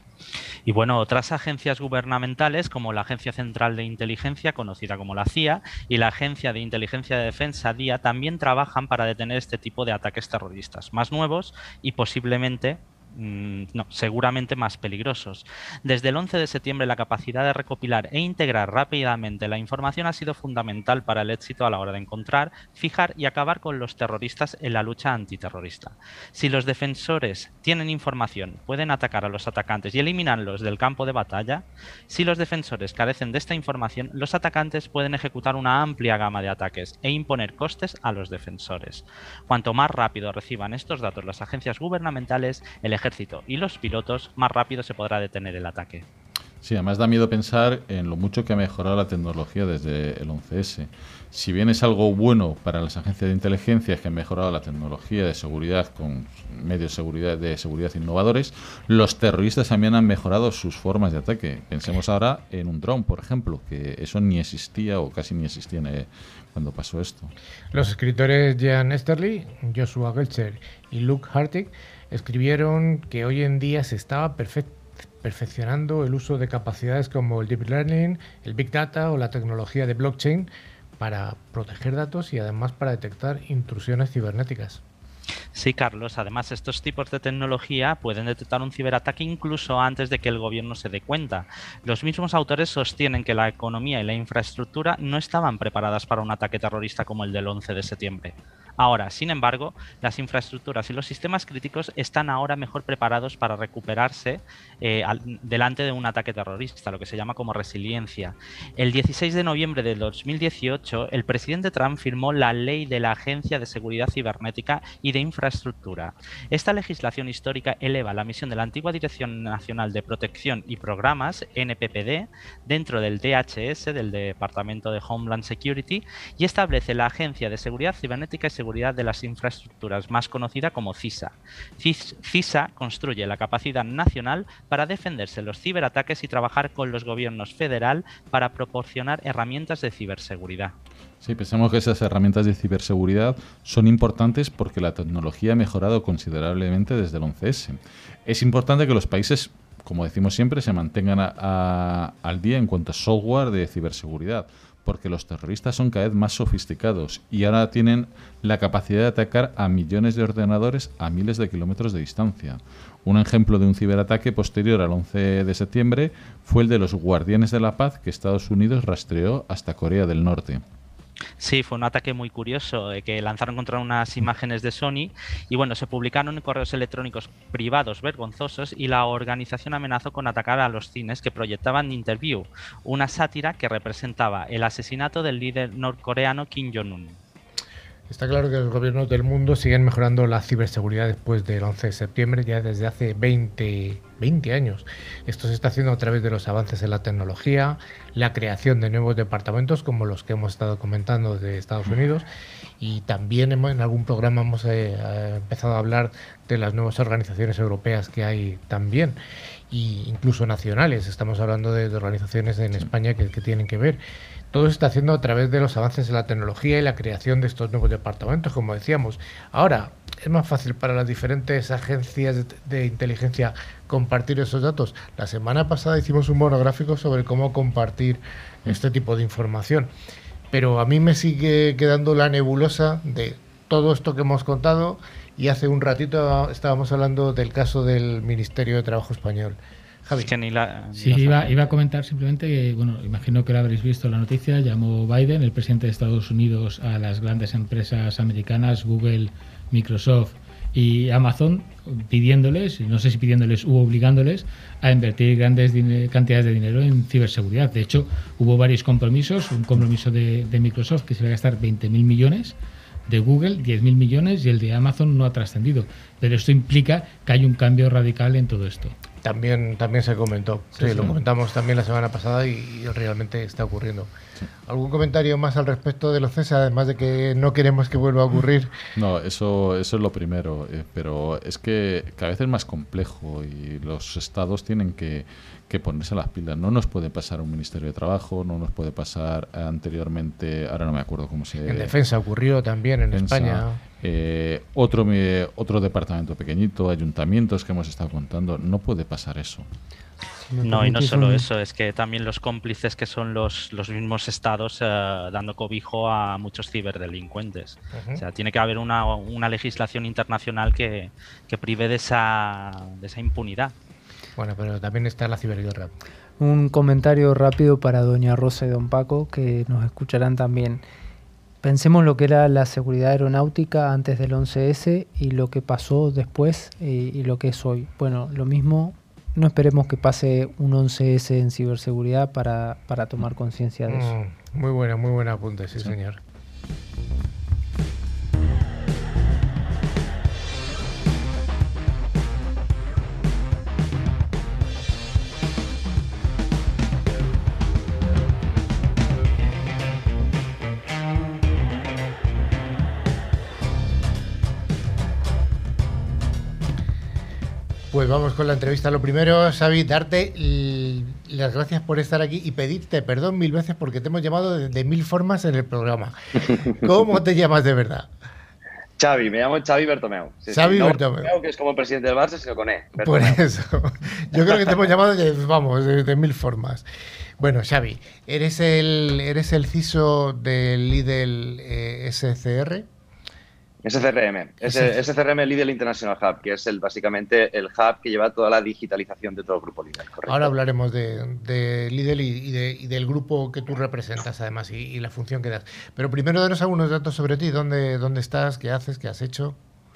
E: Y bueno, otras agencias gubernamentales como la Agencia Central de Inteligencia, conocida como la C I A, y la Agencia de Inteligencia de Defensa, D I A, también trabajan para detener este tipo de ataques terroristas, más nuevos y posiblemente no, seguramente más peligrosos. Desde el once de septiembre la capacidad de recopilar e integrar rápidamente la información ha sido fundamental para el éxito a la hora de encontrar, fijar y acabar con los terroristas en la lucha antiterrorista. Si los defensores tienen información, pueden atacar a los atacantes y eliminarlos del campo de batalla. Si los defensores carecen de esta información, los atacantes pueden ejecutar una amplia gama de ataques e imponer costes a los defensores. Cuanto más rápido reciban estos datos las agencias gubernamentales, el ejército y los pilotos, más rápido se podrá detener el ataque.
C: Sí, además da miedo pensar en lo mucho que ha mejorado la tecnología desde el once ese. Si bien es algo bueno para las agencias de inteligencia que han mejorado la tecnología de seguridad con medios de seguridad, de seguridad innovadores, los terroristas también han mejorado sus formas de ataque. Pensemos ahora en un dron, por ejemplo, que eso ni existía o casi ni existía en, cuando pasó esto.
A: Los escritores Jan Esterly, Joshua Gelcher y Luke Hartig escribieron que hoy en día se estaba perfect perfeccionando el uso de capacidades como el Deep Learning, el Big Data o la tecnología de blockchain para proteger datos y además para detectar intrusiones cibernéticas.
E: Sí, Carlos. Además, estos tipos de tecnología pueden detectar un ciberataque incluso antes de que el gobierno se dé cuenta. Los mismos autores sostienen que la economía y la infraestructura no estaban preparadas para un ataque terrorista como el del once de septiembre. Ahora, sin embargo, las infraestructuras y los sistemas críticos están ahora mejor preparados para recuperarse eh, al, delante de un ataque terrorista, lo que se llama como resiliencia. El dieciséis de noviembre de dos mil dieciocho, el presidente Trump firmó la Ley de la Agencia de Seguridad Cibernética y de Infraestructura. Esta legislación histórica eleva la misión de la antigua Dirección Nacional de Protección y Programas, N P P D, dentro del D H S, del Departamento de Homeland Security, y establece la Agencia de Seguridad Cibernética y Seguridad de las Infraestructuras, más conocida como CISA. CISA construye la capacidad nacional para defenderse de los ciberataques y trabajar con los gobiernos federal para proporcionar herramientas de ciberseguridad.
C: Sí, pensamos que esas herramientas de ciberseguridad son importantes porque la tecnología ha mejorado considerablemente desde el once ese. Es importante que los países, como decimos siempre, se mantengan a, a, al día en cuanto a software de ciberseguridad, porque los terroristas son cada vez más sofisticados y ahora tienen la capacidad de atacar a millones de ordenadores a miles de kilómetros de distancia. Un ejemplo de un ciberataque posterior al once de septiembre fue el de los Guardianes de la Paz que Estados Unidos rastreó hasta Corea del Norte.
E: Sí, fue un ataque muy curioso eh, que lanzaron contra unas imágenes de Sony y bueno, se publicaron en correos electrónicos privados vergonzosos y la organización amenazó con atacar a los cines que proyectaban Interview, una sátira que representaba el asesinato del líder norcoreano Kim Jong-un.
A: Está claro que los gobiernos del mundo siguen mejorando la ciberseguridad después del once de septiembre, ya desde hace veinte veinte años. Esto se está haciendo a través de los avances en la tecnología, la creación de nuevos departamentos como los que hemos estado comentando de Estados Unidos, y también hemos, en algún programa hemos eh, empezado a hablar de las nuevas organizaciones europeas que hay también, e incluso nacionales. Estamos hablando de, de organizaciones en España que, que tienen que ver. Todo se está haciendo a través de los avances en la tecnología y la creación de estos nuevos departamentos, como decíamos. Ahora, es más fácil para las diferentes agencias de, de inteligencia compartir esos datos. La semana pasada hicimos un monográfico sobre cómo compartir este tipo de información. Pero a mí me sigue quedando la nebulosa de todo esto que hemos contado, y hace un ratito estábamos hablando del caso del Ministerio de Trabajo español. Javi.
E: Es que ni la, ni
B: sí, iba, iba a comentar simplemente que, bueno, imagino que lo habréis visto en la noticia, llamó Biden, el presidente de Estados Unidos, a las grandes empresas americanas, Google, Microsoft y Amazon, pidiéndoles, no sé si pidiéndoles u obligándoles, a invertir grandes cantidades de dinero en ciberseguridad. De hecho, hubo varios compromisos, un compromiso de, de Microsoft que se iba a gastar veinte mil millones, de Google diez mil millones, y el de Amazon no ha trascendido. Pero esto implica que hay un cambio radical en todo esto.
A: También, también se comentó, sí,
B: sí,
A: lo
B: sí.
A: comentamos también la semana pasada, y, y realmente está ocurriendo. Sí. ¿Algún comentario más al respecto de los C E S, además de que no queremos que vuelva a ocurrir?
C: No, eso, eso es lo primero, eh, pero es que cada vez es más complejo y los estados tienen que, que ponerse las pilas. No nos puede pasar un Ministerio de Trabajo, no nos puede pasar anteriormente, ahora no me acuerdo cómo se...
A: En Defensa ocurrió también en
C: Defensa,
A: España.
C: Eh, otro, eh, otro departamento pequeñito, ayuntamientos que hemos estado contando, no puede pasar eso.
E: No, y no solo eso, es que también los cómplices que son los, los mismos estados eh, dando cobijo a muchos ciberdelincuentes. Uh-huh. O sea, tiene que haber una, una legislación internacional que, que prive de esa, de esa impunidad.
A: Bueno, pero también está la ciberguerra.
D: Un comentario rápido para doña Rosa y don Paco, que nos escucharán también. Pensemos lo que era la seguridad aeronáutica antes del once ese y lo que pasó después y, y lo que es hoy. Bueno, lo mismo, no esperemos que pase un once ese en ciberseguridad para, para tomar conciencia de eso.
A: Mm, muy buena, muy buena apunte, sí, sí. señor. Pues vamos con la entrevista. Lo primero, Xavi, darte las gracias por estar aquí y pedirte perdón mil veces porque te hemos llamado de, de mil formas en el programa. ¿Cómo te llamas de verdad?
G: Xavi, me llamo Xavi Bertomeu. Sí,
A: Xavi
G: sí, no
A: Bertomeu.
G: Bertomeu, que es como el presidente del Barça, sino con E.
A: Por eso. Yo creo que te hemos llamado de, vamos, de, de mil formas. Bueno, Xavi, eres el, eres el C I S O del Lidl eh, S C R.
G: S C R M, S C R M Lidl International Hub, que es el básicamente el hub que lleva toda la digitalización de todo el grupo Lidl. Correcto.
A: Ahora hablaremos de, de Lidl y, y, de, y del grupo que tú representas, además, y, y la función que das. Pero primero, danos algunos datos sobre ti. ¿Dónde, dónde estás? ¿Qué haces? ¿Qué has hecho?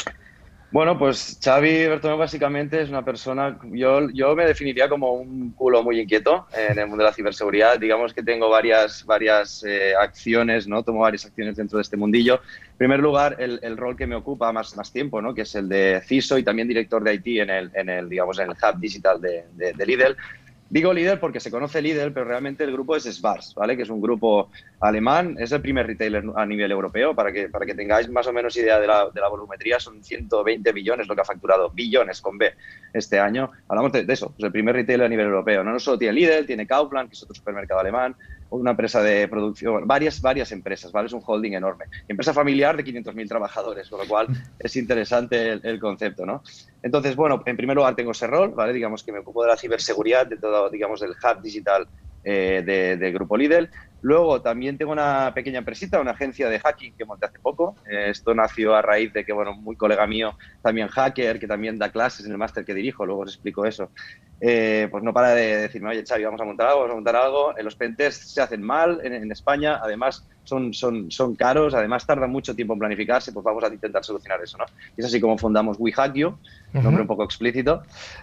G: Bueno, pues Xavi Bertomeu básicamente es una persona, yo, yo me definiría como un culo muy inquieto en el mundo de la ciberseguridad. Digamos que tengo varias, varias eh, acciones, ¿no? Tomo varias acciones dentro de este mundillo. En primer lugar, el, el rol que me ocupa más, más tiempo, ¿no? Que es el de C I S O y también director de I T en el, en el, digamos, en el hub digital de, de, de Lidl. Digo Lidl porque se conoce Lidl, pero realmente el grupo es Svars, ¿vale? Que es un grupo alemán, es el primer retailer a nivel europeo, para que, para que tengáis más o menos idea de la, de la volumetría, son ciento veinte billones lo que ha facturado, billones con B este año. Hablamos de, de eso, es el primer retailer a nivel europeo. No, no solo tiene Lidl, tiene Kaufland, que es otro supermercado alemán, una empresa de producción, varias, varias empresas, ¿vale? Es un holding enorme. Empresa familiar de quinientos mil trabajadores, con lo cual es interesante el, el concepto, ¿no? Entonces, bueno, en primer lugar tengo ese rol, ¿vale? Digamos que me ocupo de la ciberseguridad, de todo, digamos, del hub digital eh, de, de Grupo Lidl. Luego también tengo una pequeña empresita, una agencia de hacking que monté hace poco. Eh, esto nació a raíz de que, bueno, un muy colega mío, también hacker, que también da clases en el máster que dirijo, luego os explico eso. Eh, pues no para de decirme, oye, Xavi, vamos a montar algo, vamos a montar algo. Eh, los pentests se hacen mal en, en España, además son, son, son caros, además tardan mucho tiempo en planificarse, pues vamos a intentar solucionar eso, ¿no? Y es así como fundamos We Hack You, uh-huh. Nombre un poco explícito.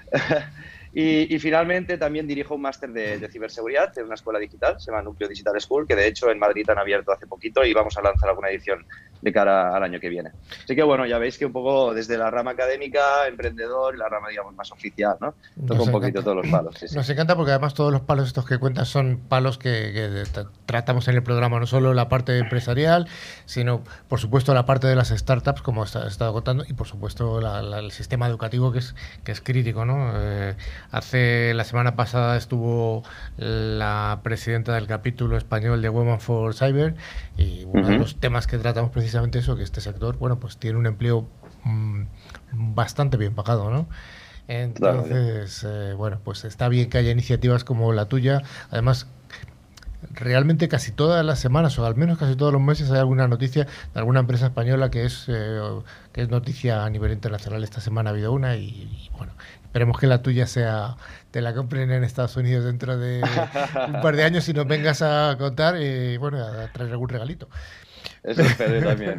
G: Y, y finalmente también dirijo un máster de, de ciberseguridad en una escuela digital, se llama Núcleo Digital School, que de hecho en Madrid han abierto hace poquito y vamos a lanzar alguna edición de cara al año que viene. Así que bueno, ya veis que un poco desde la rama académica, emprendedor y la rama, digamos, más oficial, ¿no? Toca un poquito todos los palos. Sí, sí.
A: Nos encanta porque además todos los palos estos que cuentas son palos que, que tratamos en el programa, no solo la parte empresarial, sino por supuesto la parte de las startups, como he estado contando, y por supuesto la, la, el sistema educativo que es, que es crítico, ¿no? Eh, hace la semana pasada estuvo la presidenta del capítulo español de Women for Cyber y uno uh-huh. de los temas que tratamos precisamente eso, que este sector, bueno, pues tiene un empleo mmm, bastante bien pagado, ¿no? Entonces, eh, bueno, pues está bien que haya iniciativas como la tuya. Además, realmente casi todas las semanas, o al menos casi todos los meses, hay alguna noticia de alguna empresa española que es, eh, que es noticia a nivel internacional. Esta semana ha habido una y, y bueno, esperemos que la tuya sea, te la compren en Estados Unidos dentro de un par de años y nos vengas a contar y bueno, a traer algún regalito.
G: Eso espero también.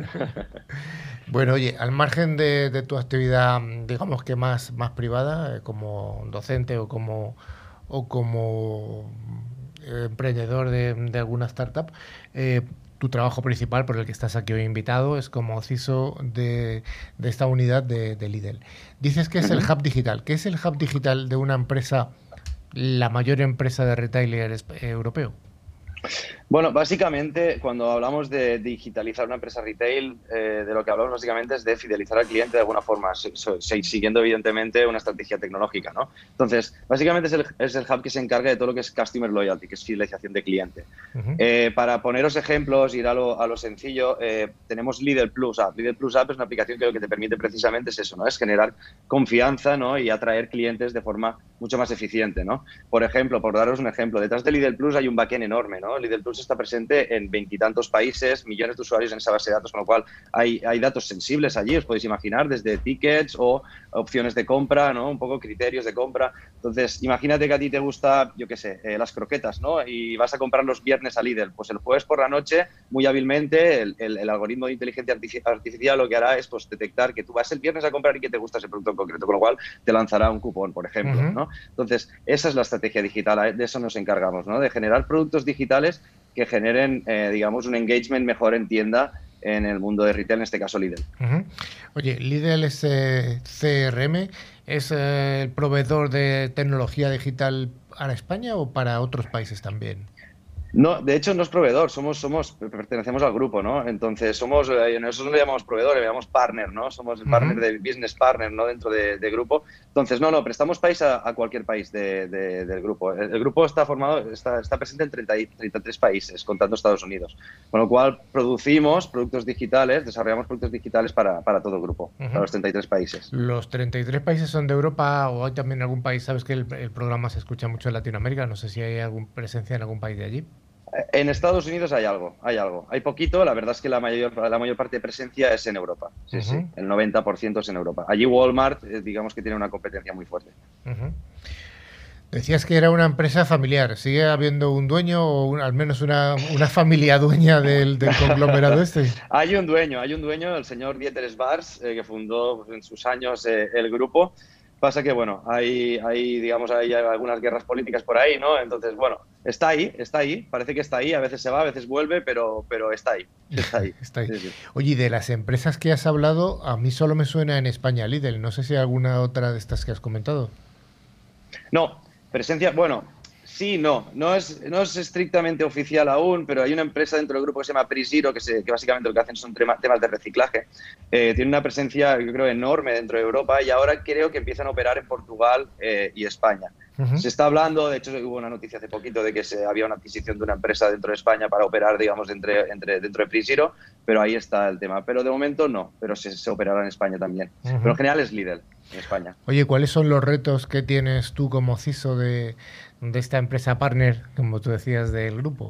A: Bueno, oye, al margen de, de tu actividad, digamos que más, más privada, eh, como docente o como, o como eh, emprendedor de, de alguna startup, eh, tu trabajo principal por el que estás aquí hoy invitado es como C I S O de, de esta unidad de, de Lidl. Dices que es el hub digital. ¿Qué es el hub digital de una empresa, la mayor empresa de retailer eh, europeo?
G: Bueno, básicamente cuando hablamos de digitalizar una empresa retail, eh, de lo que hablamos básicamente es de fidelizar al cliente de alguna forma, siguiendo evidentemente una estrategia tecnológica, ¿no? Entonces, básicamente es el, es el hub que se encarga de todo lo que es Customer Loyalty, que es fidelización de cliente. Uh-huh. eh, para poneros ejemplos, ir a lo, a lo sencillo, eh, tenemos Lidl Plus App. Lidl Plus App es una aplicación que lo que te permite precisamente es eso, ¿no? Es generar confianza, ¿no? Y atraer clientes de forma mucho más eficiente, ¿no? Por ejemplo, por daros un ejemplo, detrás de Lidl Plus hay un backend enorme, ¿no? Lidl Plus está presente en veintitantos países, millones de usuarios en esa base de datos, con lo cual hay, hay datos sensibles allí, os podéis imaginar, desde tickets o opciones de compra, ¿no? Un poco criterios de compra. Entonces, imagínate que a ti te gusta, yo qué sé, eh, las croquetas, ¿no? Y vas a comprar los viernes a Lidl. Pues el jueves por la noche, muy hábilmente, el, el, el algoritmo de inteligencia artificial lo que hará es pues, detectar que tú vas el viernes a comprar y que te gusta ese producto en concreto, con lo cual te lanzará un cupón, por ejemplo, uh-huh. ¿no? Entonces, esa es la estrategia digital, de eso nos encargamos, ¿no? De generar productos digitales que generen, eh, digamos, un engagement mejor en tienda en el mundo de retail, en este caso Lidl.
A: Uh-huh. Oye, Lidl es eh, C R M, ¿es eh, el proveedor de tecnología digital para España o para otros países también?
G: No, de hecho no es proveedor, somos, somos, pertenecemos al grupo, ¿no? Entonces somos, eh, nosotros no le llamamos proveedor, le llamamos partner, ¿no? Somos el uh-huh. partner de business partner, ¿no? Dentro de, de grupo. Entonces, no, no, prestamos país a, a cualquier país de, de, del grupo. El, el grupo está formado, está, está presente en treinta y, treinta y tres países, contando Estados Unidos. Con lo cual producimos productos digitales, desarrollamos productos digitales para, para todo el grupo, uh-huh. para los treinta y tres países.
A: ¿Los treinta y tres países son de Europa o hay también algún país? Sabes que el, el programa se escucha mucho en Latinoamérica, no sé si hay alguna presencia en algún país de allí.
G: En Estados Unidos hay algo, hay algo. Hay poquito, la verdad es que la mayor, la mayor parte de presencia es en Europa. Sí, uh-huh. sí, el noventa por ciento es en Europa. Allí Walmart, eh, digamos que tiene una competencia muy fuerte.
A: Uh-huh. Decías que era una empresa familiar. ¿Sigue habiendo un dueño o un, al menos una, una familia dueña del, del conglomerado este?
G: Hay un dueño, hay un dueño, el señor Dieter Schwarz, eh, que fundó en sus años eh, el grupo. Pasa que, bueno, hay, hay, digamos, hay algunas guerras políticas por ahí, ¿no? Entonces, bueno, está ahí, está ahí, parece que está ahí, a veces se va, a veces vuelve, pero, pero está ahí, está ahí.
A: está ahí.
G: Sí, sí.
A: Oye, de las empresas que has hablado, a mí solo me suena en España Lidl, no sé si hay alguna otra de estas que has comentado.
G: No, presencia, bueno, sí, no, no es, no es estrictamente oficial aún, pero hay una empresa dentro del grupo que se llama Prizero, que, se, que básicamente lo que hacen son tema, temas de reciclaje. Eh, tiene una presencia, yo creo, enorme dentro de Europa y ahora creo que empiezan a operar en Portugal eh, y España. Uh-huh. Se está hablando, de hecho hubo una noticia hace poquito de que se, había una adquisición de una empresa dentro de España para operar, digamos, entre, entre, dentro de Prizero, pero ahí está el tema. Pero de momento no, pero se, se operará en España también. Uh-huh. Pero en general es Lidl en España.
A: Oye, ¿cuáles son los retos que tienes tú como C I S O de, de esta empresa partner, como tú decías, del grupo?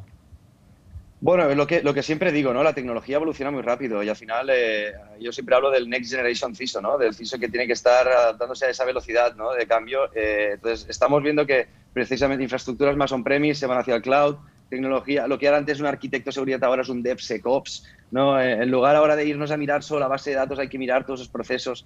G: Bueno, lo que, lo que siempre digo, ¿no? La tecnología evoluciona muy rápido y al final eh, yo siempre hablo del Next Generation C I S O, ¿no? Del C I S O que tiene que estar adaptándose a esa velocidad, ¿no? De cambio. Eh, entonces, estamos viendo que precisamente infraestructuras más on-premise se van hacia el cloud, tecnología, lo que era antes un arquitecto de seguridad ahora es un DevSecOps, ¿no? Eh, en lugar ahora de irnos a mirar solo la base de datos hay que mirar todos esos procesos.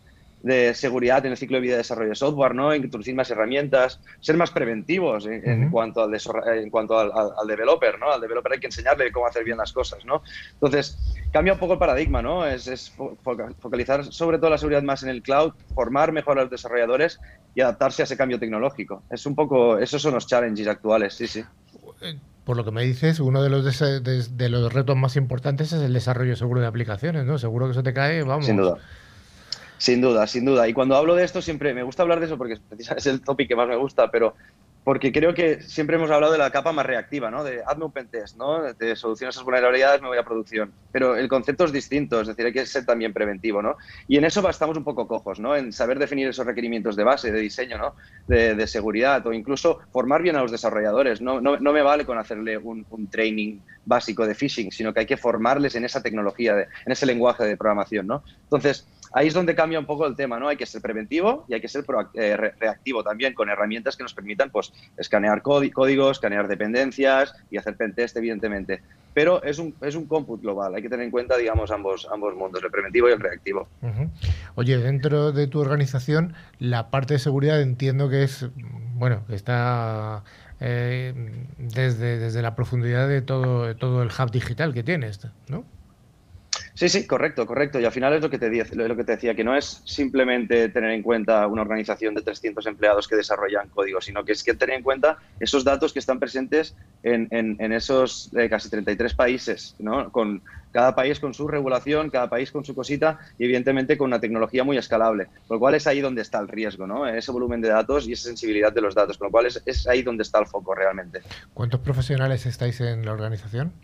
G: de seguridad en el ciclo de vida de desarrollo de software, ¿no? Introducir más herramientas, ser más preventivos en, en uh-huh. cuanto, al, en cuanto al, al, al developer, ¿no? Al developer hay que enseñarle cómo hacer bien las cosas, ¿no? Entonces, cambia un poco el paradigma, ¿no? Es, es focalizar sobre todo la seguridad más en el cloud, formar mejor a los desarrolladores y adaptarse a ese cambio tecnológico. Es un poco, esos son los challenges actuales, sí, sí.
A: Por lo que me dices, uno de los, de, de, de los retos más importantes es el desarrollo seguro de aplicaciones, ¿no? Seguro que eso te cae, vamos.
G: Sin duda. Sin duda, sin duda. Y cuando hablo de esto siempre me gusta hablar de eso porque es el tópico que más me gusta, pero porque creo que siempre hemos hablado de la capa más reactiva, ¿no? De hazme un pentest, ¿no? De solucionar esas vulnerabilidades, me voy a producción. Pero el concepto es distinto, es decir, hay que ser también preventivo, ¿no? Y en eso estamos un poco cojos, ¿no? En saber definir esos requerimientos de base, de diseño, ¿no? De, de seguridad o incluso formar bien a los desarrolladores. No, no, no me vale con hacerle un, un training básico de phishing, sino que hay que formarles en esa tecnología, de, en ese lenguaje de programación, ¿no? Entonces, ahí es donde cambia un poco el tema, ¿no? Hay que ser preventivo y hay que ser eh, reactivo también, con herramientas que nos permitan, pues, escanear códigos, escanear dependencias y hacer pentest, evidentemente. Pero es un, es un cómputo global, hay que tener en cuenta, digamos, ambos, ambos mundos, el preventivo y el reactivo.
A: Uh-huh. Oye, dentro de tu organización, la parte de seguridad entiendo que es, bueno, está eh, desde, desde la profundidad de todo, de todo el hub digital que tienes, ¿no?
G: Sí, sí, correcto, correcto. Y al final es lo que te, lo que te decía, que no es simplemente tener en cuenta una organización de trescientos empleados que desarrollan código, sino que es que tener en cuenta esos datos que están presentes en, en, en esos eh, casi treinta y tres países, ¿no? Con cada país con su regulación, cada país con su cosita y evidentemente con una tecnología muy escalable. Con lo cual es ahí donde está el riesgo, ¿no? Ese volumen de datos y esa sensibilidad de los datos. Con lo cual es, es ahí donde está el foco realmente.
A: ¿Cuántos profesionales estáis en la organización?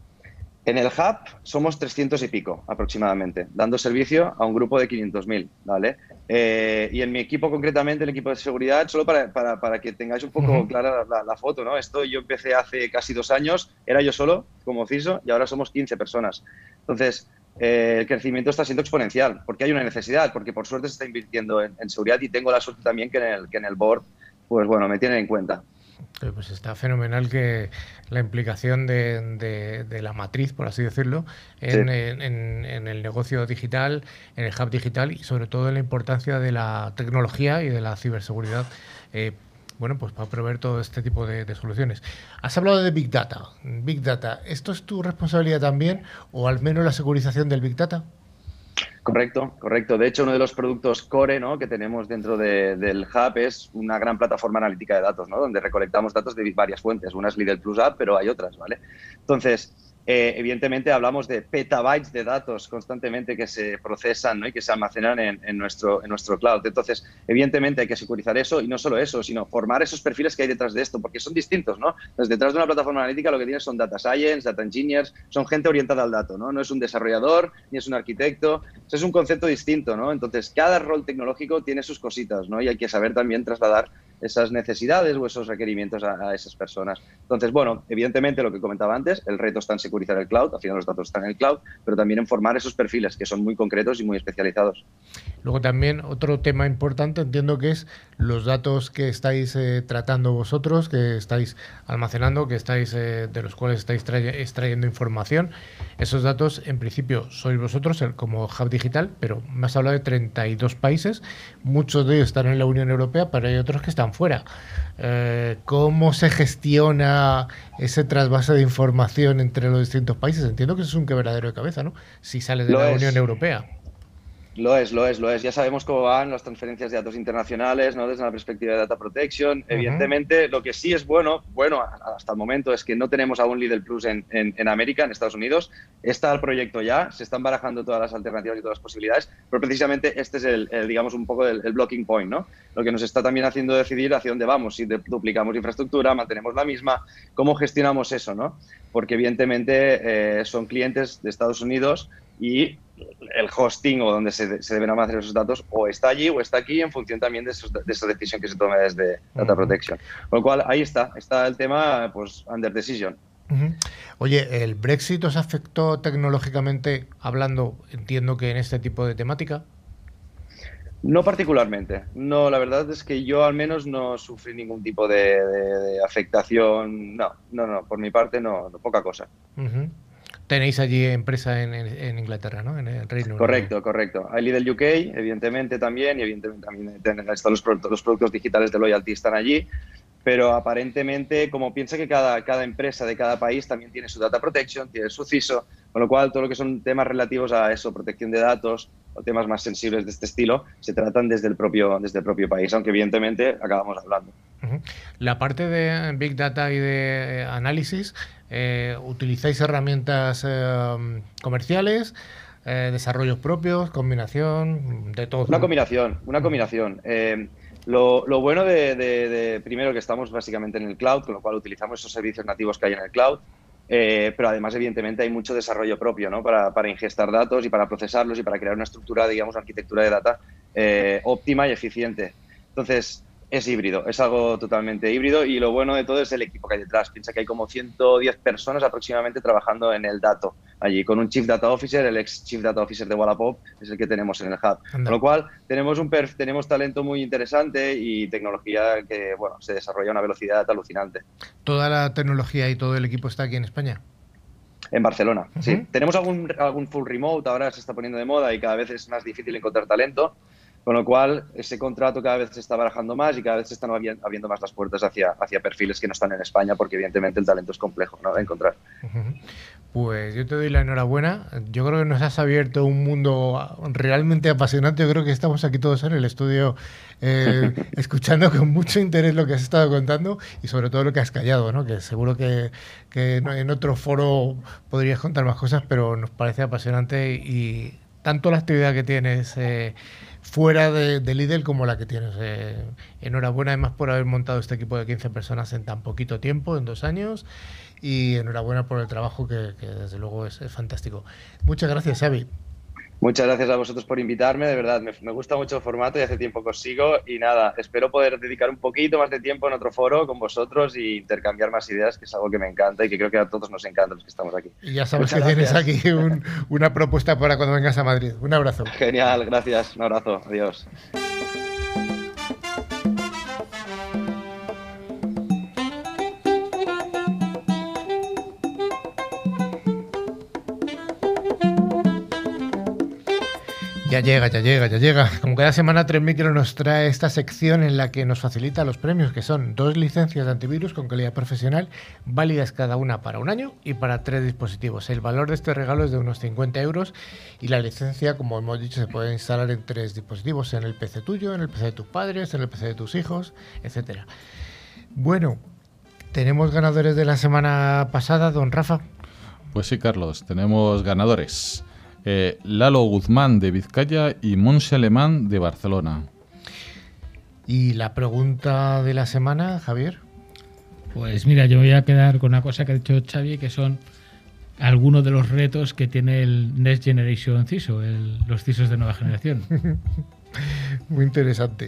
G: En el hub somos trescientos y pico aproximadamente, dando servicio a un grupo de quinientos mil, ¿vale? Eh, y en mi equipo concretamente, el equipo de seguridad, solo para, para, para que tengáis un poco uh-huh. clara la, la foto, ¿no? Esto yo empecé hace casi dos años, era yo solo como C I S O y ahora somos quince personas. Entonces, eh, el crecimiento está siendo exponencial porque hay una necesidad, porque por suerte se está invirtiendo en, en seguridad y tengo la suerte también que en el, que en el board, pues bueno, me tienen en cuenta.
A: Pues está fenomenal que la implicación de, de, de la matriz, por así decirlo, en, sí. en, en, en el negocio digital, en el hub digital y sobre todo en la importancia de la tecnología y de la ciberseguridad, eh, bueno, pues para proveer todo este tipo de, de soluciones. Has hablado de Big Data. Big Data, ¿esto es tu responsabilidad también o al menos la securización del Big Data?
G: Correcto, correcto. De hecho, uno de los productos core, ¿no?, que tenemos dentro de, del hub es una gran plataforma analítica de datos, ¿no?, donde recolectamos datos de varias fuentes. Una es Lidl Plus App, pero hay otras, ¿vale? Entonces, eh, evidentemente hablamos de petabytes de datos constantemente que se procesan, ¿no?, y que se almacenan en, en, nuestro, en nuestro cloud. Entonces, evidentemente hay que securizar eso y no solo eso, sino formar esos perfiles que hay detrás de esto, porque son distintos, ¿no? Entonces, detrás de una plataforma analítica lo que tienes son data science, data engineers, son gente orientada al dato, ¿no? No es un desarrollador ni es un arquitecto, es un concepto distinto, ¿no? Entonces, cada rol tecnológico tiene sus cositas, ¿no? Y hay que saber también trasladar esas necesidades o esos requerimientos a, a esas personas. Entonces, bueno, evidentemente lo que comentaba antes, el reto está en securizar el cloud, al final los datos están en el cloud, pero también en formar esos perfiles que son muy concretos y muy especializados.
A: Luego también otro tema importante, entiendo que es los datos que estáis eh, tratando vosotros, que estáis almacenando, que estáis eh, de los cuales estáis extrayendo información. Esos datos, en principio, sois vosotros el, como Hub Digital, pero me has hablado de treinta y dos países, muchos de ellos están en la Unión Europea, pero hay otros que están fuera. Eh, ¿Cómo se gestiona ese trasvase de información entre los distintos países? Entiendo que eso es un quebradero de cabeza, ¿no? Si sales de
G: Lo
A: la
G: es.
A: Unión Europea.
G: Lo es, lo es, lo es. Ya sabemos cómo van las transferencias de datos internacionales, ¿no?, desde la perspectiva de data protection. Uh-huh. Evidentemente, lo que sí es bueno, bueno hasta el momento, es que no tenemos aún Lidl Plus en, en, en América, en Estados Unidos. Está el proyecto ya, se están barajando todas las alternativas y todas las posibilidades, pero precisamente este es el, el digamos, un poco el, el blocking point, ¿no? Lo que nos está también haciendo decidir hacia dónde vamos, si duplicamos infraestructura, mantenemos la misma, cómo gestionamos eso, ¿no? Porque evidentemente eh, son clientes de Estados Unidos y el hosting o donde se, se deben almacenar esos datos o está allí o está aquí en función también de, esos, de esa decisión que se tome desde Data Protection. Con lo cual, ahí está, está el tema, pues, under decision.
A: Uh-huh. Oye, ¿el Brexit os afectó tecnológicamente hablando, entiendo que en este tipo de temática?
G: No particularmente. No, la verdad es que yo al menos no sufrí ningún tipo de, de, de afectación. No, no, no, por mi parte no, no poca cosa.
A: Uh-huh. tenéis allí empresa en, en, en Inglaterra, ¿no? En el Reino Unido.
G: Correcto, correcto. Hay Lidl U K, evidentemente también, y evidentemente también están los productos, los productos digitales de Loyalty están allí, pero aparentemente, como piensa que cada, cada empresa de cada país también tiene su data protection, tiene su C I S O, con lo cual todo lo que son temas relativos a eso, protección de datos o temas más sensibles de este estilo, se tratan desde el propio, desde el propio país, aunque evidentemente acabamos hablando.
A: La parte de Big Data y de análisis, eh, ¿utilizáis herramientas eh, comerciales, eh, desarrollos propios, combinación, de todo?
G: Una combinación, una combinación. Eh, lo, lo bueno de, de, de, primero, que estamos básicamente en el cloud, con lo cual utilizamos esos servicios nativos que hay en el cloud, eh, pero además, evidentemente, hay mucho desarrollo propio, ¿no? Para, para ingestar datos y para procesarlos y para crear una estructura, digamos, una arquitectura de data eh, óptima y eficiente. Entonces, es híbrido, es algo totalmente híbrido y lo bueno de todo es el equipo que hay detrás. Piensa que hay como ciento diez personas aproximadamente trabajando en el dato allí, con un Chief Data Officer, el ex Chief Data Officer de Wallapop, es el que tenemos en el hub. Anda. Con lo cual, tenemos, un perf tenemos talento muy interesante y tecnología que, bueno, se desarrolla a una velocidad alucinante.
A: ¿Toda la tecnología y todo el equipo está aquí en España?
G: En Barcelona, uh-huh. Sí. Tenemos algún, algún full remote, ahora se está poniendo de moda y cada vez es más difícil encontrar talento. Con lo cual, ese contrato cada vez se está barajando más y cada vez se están abriendo más las puertas hacia, hacia perfiles que no están en España, porque evidentemente el talento es complejo, ¿no?, de encontrar.
A: Pues yo te doy la enhorabuena. Yo creo que nos has abierto un mundo realmente apasionante. Yo creo que estamos aquí todos en el estudio eh, escuchando con mucho interés lo que has estado contando y sobre todo lo que has callado, ¿no? Que seguro que, que en otro foro podrías contar más cosas, pero nos parece apasionante y tanto la actividad que tienes eh, fuera de, de Lidl como la que tienes. Eh, enhorabuena además por haber montado este equipo de quince personas en tan poquito tiempo, en dos años, y enhorabuena por el trabajo que, que desde luego es, es fantástico. Muchas gracias, Xavi.
G: Muchas gracias a vosotros por invitarme, de verdad, me, me gusta mucho el formato y hace tiempo que os sigo y nada, espero poder dedicar un poquito más de tiempo en otro foro con vosotros e intercambiar más ideas, que es algo que me encanta y que creo que a todos nos encanta los que estamos aquí.
A: Y ya sabes
G: Muchas
A: que
G: gracias.
A: Tienes aquí un, una propuesta para cuando vengas a Madrid. Un abrazo.
G: Genial, gracias, un abrazo, adiós.
A: Ya llega, ya llega, ya llega. Como cada semana, tres Micro nos trae esta sección en la que nos facilita los premios, que son dos licencias de antivirus con calidad profesional, válidas cada una para un año y para tres dispositivos. El valor de este regalo es de unos cincuenta euros y la licencia, como hemos dicho, se puede instalar en tres dispositivos, en el P C tuyo, en el P C de tus padres, en el P C de tus hijos, etcétera. Bueno, tenemos ganadores de la semana pasada, don Rafa.
C: Pues sí, Carlos, tenemos ganadores. Eh, Lalo Guzmán de Vizcaya y Monse Alemán de Barcelona.
A: ¿Y la pregunta de la semana, Javier?
B: Pues mira, yo voy a quedar con una cosa que ha dicho Xavi, que son algunos de los retos que tiene el Next Generation C I S O, el, los C I S Os de nueva generación.
A: Muy interesante.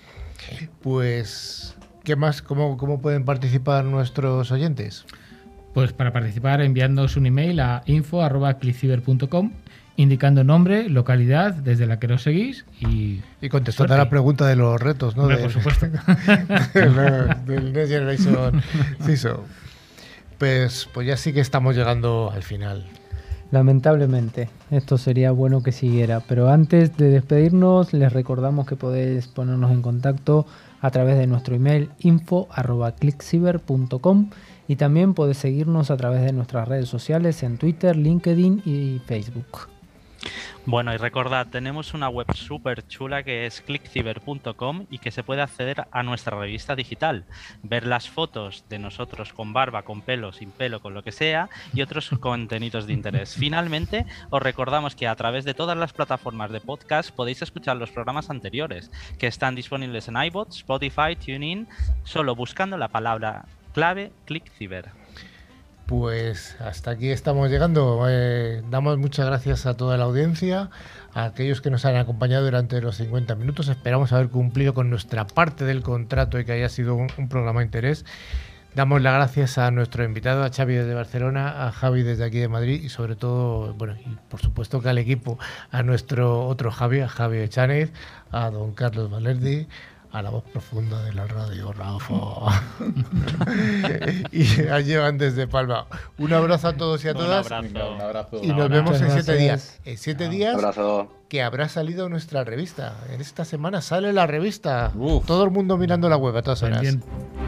A: Pues, ¿qué más? ¿Cómo, cómo pueden participar nuestros oyentes?
B: Pues para participar enviándoos un email a info arroba clickciber punto com indicando nombre, localidad desde la que nos seguís y...
A: Y contestando a la pregunta de los retos, ¿no?
B: Hombre,
A: de,
B: por supuesto.
A: del Next Generation C I S O. Pues, pues ya sí que estamos llegando al final.
D: Lamentablemente, esto sería bueno que siguiera, pero antes de despedirnos les recordamos que podéis ponernos en contacto a través de nuestro email info arroba clickciber punto com y también podéis seguirnos a través de nuestras redes sociales en Twitter, LinkedIn y Facebook.
E: Bueno, y recordad, tenemos una web súper chula que es clickciber punto com y que se puede acceder a nuestra revista digital, ver las fotos de nosotros con barba, con pelo, sin pelo, con lo que sea y otros contenidos de interés. Finalmente, os recordamos que a través de todas las plataformas de podcast podéis escuchar los programas anteriores, que están disponibles en iVoox, Spotify, TuneIn, solo buscando la palabra clave clickciber.
A: Pues hasta aquí estamos llegando. Eh, damos muchas gracias a toda la audiencia, a aquellos que nos han acompañado durante los cincuenta minutos. Esperamos haber cumplido con nuestra parte del contrato y que haya sido un, un programa de interés. Damos las gracias a nuestro invitado, a Xavi desde Barcelona, a Javi desde aquí de Madrid y sobre todo, bueno, y por supuesto que al equipo, a nuestro otro Javi, a Javi Echanez, a don Carlos Valerdi, a la voz profunda de la radio, Rafa. Y ya llevan desde Palma. Un abrazo a todos y a
E: Un
A: todas.
E: abrazo.
C: Venga, un abrazo.
A: Y nos vemos en
D: Muchas
A: siete
D: gracias.
A: días. En siete
C: Chao.
A: días
G: Abrazo.
A: que habrá salido nuestra revista. En esta semana sale la revista.
C: Uf.
A: Todo el mundo mirando la web a todas horas.
B: Pendiente.